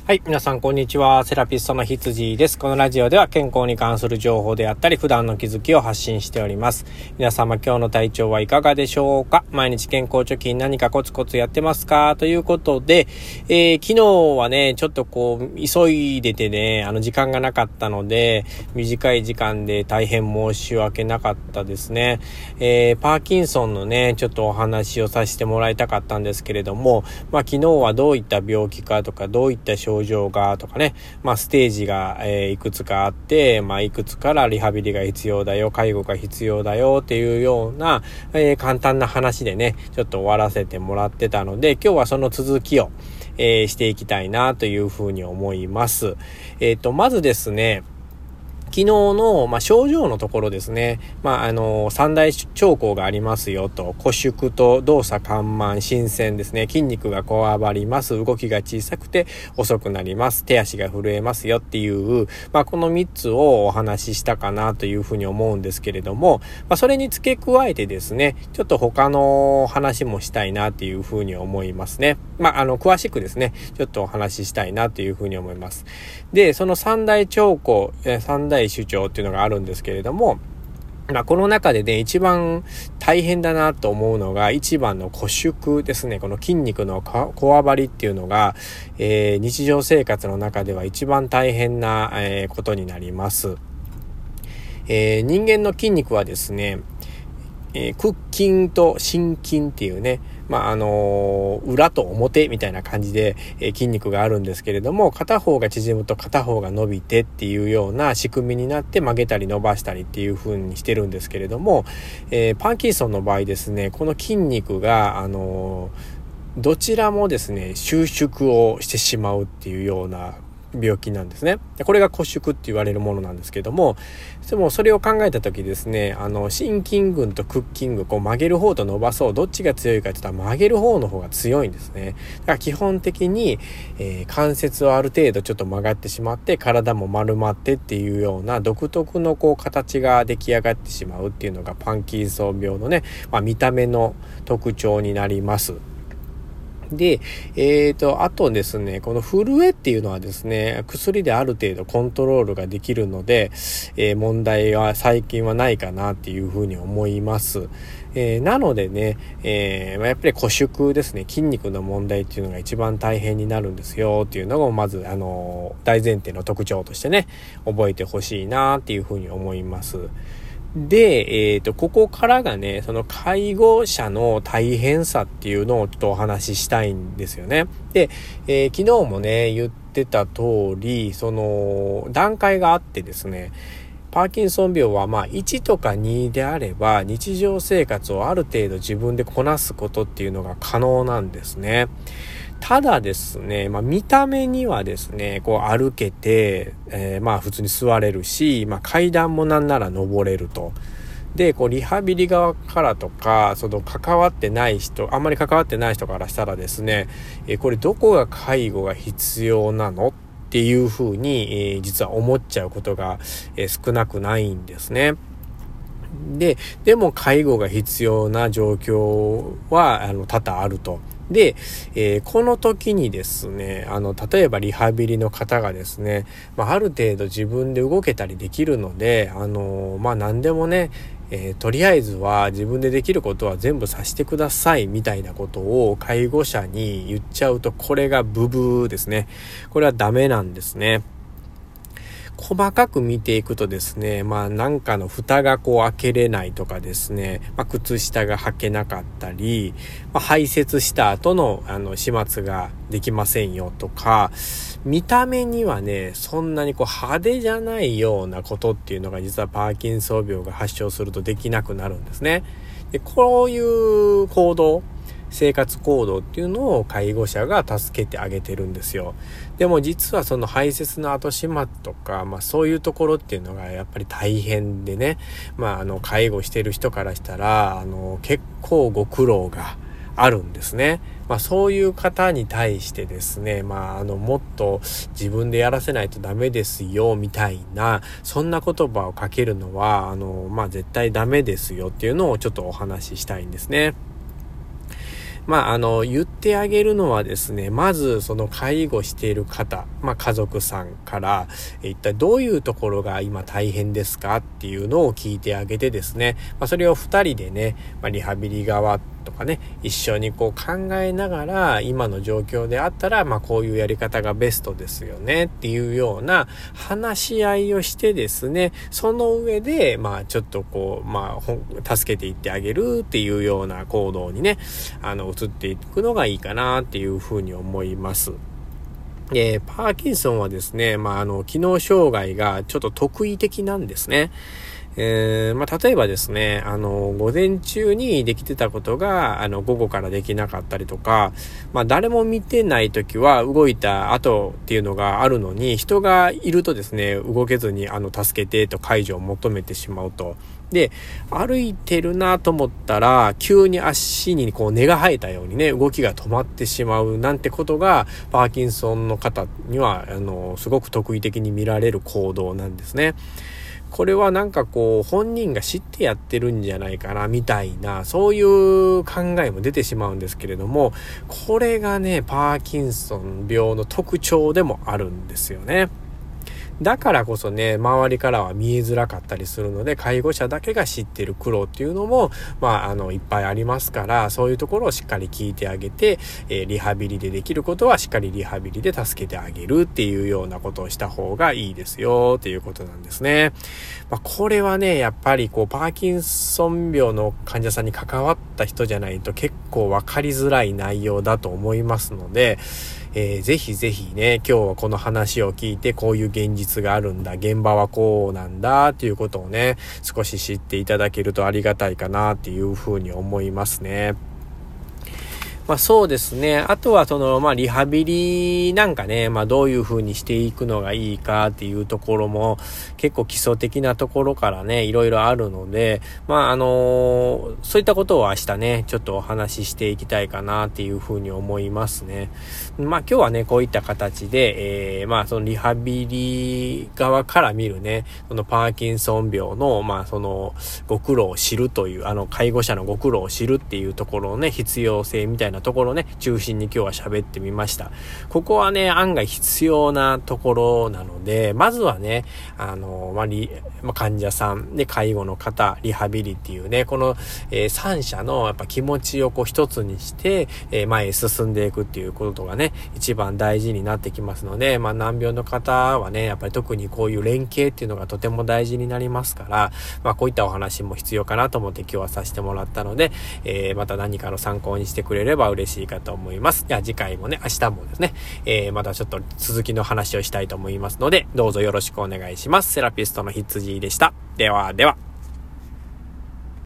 はい、皆さんこんにちは。セラピストの羊です。このラジオでは健康に関する情報であったり普段の気づきを発信しております。皆様今日の体調はいかがでしょうか？毎日健康貯金何かコツコツやってますか？ということで、昨日はねちょっと急いでてね時間がなかったので短い時間で大変申し訳なかったですね。パーキンソンのねちょっとお話をさせてもらいたかったんですけれども、昨日はどういった病気かとかどういった症状がとかね、ステージが、いくつかあって、いくつからリハビリが必要だよ、介護が必要だよっていうような、簡単な話でねちょっと終わらせてもらってたので、今日はその続きを、していきたいなというふうに思います。まずですね、昨日の、症状のところですね。三大兆候がありますよと。拘縮と動作緩慢、伸展ですね。筋肉がこわばります。動きが小さくて遅くなります。手足が震えますよっていう、この3つをお話ししたかなというふうに思うんですけれども、それに付け加えてですね、ちょっと他の話もしたいなというふうに思いますね。詳しくですね、ちょっとお話ししたいなというふうに思います。で、その三大兆候、三大主張っていうのがあるんですけれども、この中でね一番大変だなと思うのが一番の拘縮ですね。この筋肉のこわばりっていうのが、日常生活の中では一番大変な、ことになります。人間の筋肉はですね、屈筋と伸筋っていうね、裏と表みたいな感じで、筋肉があるんですけれども、片方が縮むと片方が伸びてっていうような仕組みになって曲げたり伸ばしたりっていう風にしてるんですけれども、パーキンソンの場合ですね、この筋肉がどちらもですね収縮をしてしまうっていうような病気なんですね。これが拘縮って言われるものなんですけども、でもそれを考えた時ですね、伸筋群と屈筋群、曲げる方と伸ばそう、どっちが強いかって言ったら曲げる方の方が強いんですね。だから基本的に、関節はある程度ちょっと曲がってしまって体も丸まってっていうような独特の形が出来上がってしまうっていうのがパーキンソン病のね、見た目の特徴になります。で、あとですね、この震えっていうのはですね、薬である程度コントロールができるので、問題は最近はないかなっていうふうに思います。なのでね、やっぱり拘縮ですね、筋肉の問題っていうのが一番大変になるんですよっていうのがまず大前提の特徴としてね、覚えてほしいなっていうふうに思います。で、ここからがね、その介護者の大変さっていうのをちょっとお話ししたいんですよね。で、昨日もね、言ってた通り、その段階があってですね、パーキンソン病は1とか2であれば日常生活をある程度自分でこなすことっていうのが可能なんですね。ただですね、見た目にはですね、歩けて、普通に座れるし、階段もなんなら登れると。で、リハビリ側からとか、そのあんまり関わってない人からしたらですね、これどこが介護が必要なのっていうふうに、実は思っちゃうことが、少なくないんですね。でも介護が必要な状況は多々あると。で、この時にですね、例えばリハビリの方がですね、ある程度自分で動けたりできるので、何でもね、とりあえずは自分でできることは全部させてくださいみたいなことを介護者に言っちゃうと、これがブブーですね。これはダメなんですね。細かく見ていくとですね、なんかの蓋が開けれないとかですね、靴下が履けなかったり、排泄した後の始末ができませんよとか、見た目にはね、そんなに派手じゃないようなことっていうのが実はパーキンソン病が発症するとできなくなるんですね。で、こういう生活行動っていうのを介護者が助けてあげてるんですよ。でも実はその排泄の後始末とか、そういうところっていうのがやっぱり大変でね、介護してる人からしたら結構ご苦労があるんですね。そういう方に対してですね、もっと自分でやらせないとダメですよみたいな、そんな言葉をかけるのは絶対ダメですよっていうのをちょっとお話ししたいんですね。 言ってあげるのはですね、まずその介護している方、家族さんから一体どういうところが今大変ですかっていうのを聞いてあげてですね、それを2人でね、リハビリ側とかね、一緒に考えながら今の状況であったらこういうやり方がベストですよねっていうような話し合いをしてですね、その上でちょっと助けていってあげるっていうような行動にね移っていくのがいいかなっていうふうに思います。パーキンソンはですね、機能障害がちょっと特異的なんですね。例えばですね、午前中にできてたことが、午後からできなかったりとか、誰も見てない時は動いた後っていうのがあるのに、人がいるとですね、動けずに、助けてと介助を求めてしまうと。で、歩いてるなと思ったら、急に足に根が生えたようにね、動きが止まってしまうなんてことが、パーキンソンの方には、すごく特異的に見られる行動なんですね。これは本人が知ってやってるんじゃないかなみたいな、そういう考えも出てしまうんですけれども、これがね、パーキンソン病の特徴でもあるんですよね。だからこそね、周りからは見えづらかったりするので、介護者だけが知ってる苦労っていうのも、いっぱいありますから、そういうところをしっかり聞いてあげて、リハビリでできることはしっかりリハビリで助けてあげるっていうようなことをした方がいいですよっていうことなんですね。これはね、やっぱりパーキンソン病の患者さんに関わった人じゃないと結構わかりづらい内容だと思いますので、ぜひぜひね、今日はこの話を聞いてこういう現実があるんだ、現場はこうなんだっていうことをね、少し知っていただけるとありがたいかなっていうふうに思いますね。そうですね。あとはリハビリなんかね、どういう風にしていくのがいいかっていうところも結構基礎的なところからね、いろいろあるので、そういったことを明日ね、ちょっとお話ししていきたいかなっていう風に思いますね。今日はね、こういった形で、そのリハビリ側から見るね、そのパーキンソン病の、そのご苦労を知るという、介護者のご苦労を知るっていうところのね、必要性みたいなところをね、中心に今日は喋ってみました。ここはね、案外必要なところなので、まずはね、患者さんで介護の方、リハビリっていうね、この、三者のやっぱ気持ちを一つにして、前へ進んでいくっていうことがね、一番大事になってきますので、難病の方はね、やっぱり特にこういう連携っていうのがとても大事になりますから、こういったお話も必要かなと思って今日はさせてもらったので、また何かの参考にしてくれれば嬉しいかと思います。じゃあ次回もね、明日もですね、またちょっと続きの話をしたいと思いますので、どうぞよろしくお願いします。セラピストのひつじでした。ではでは。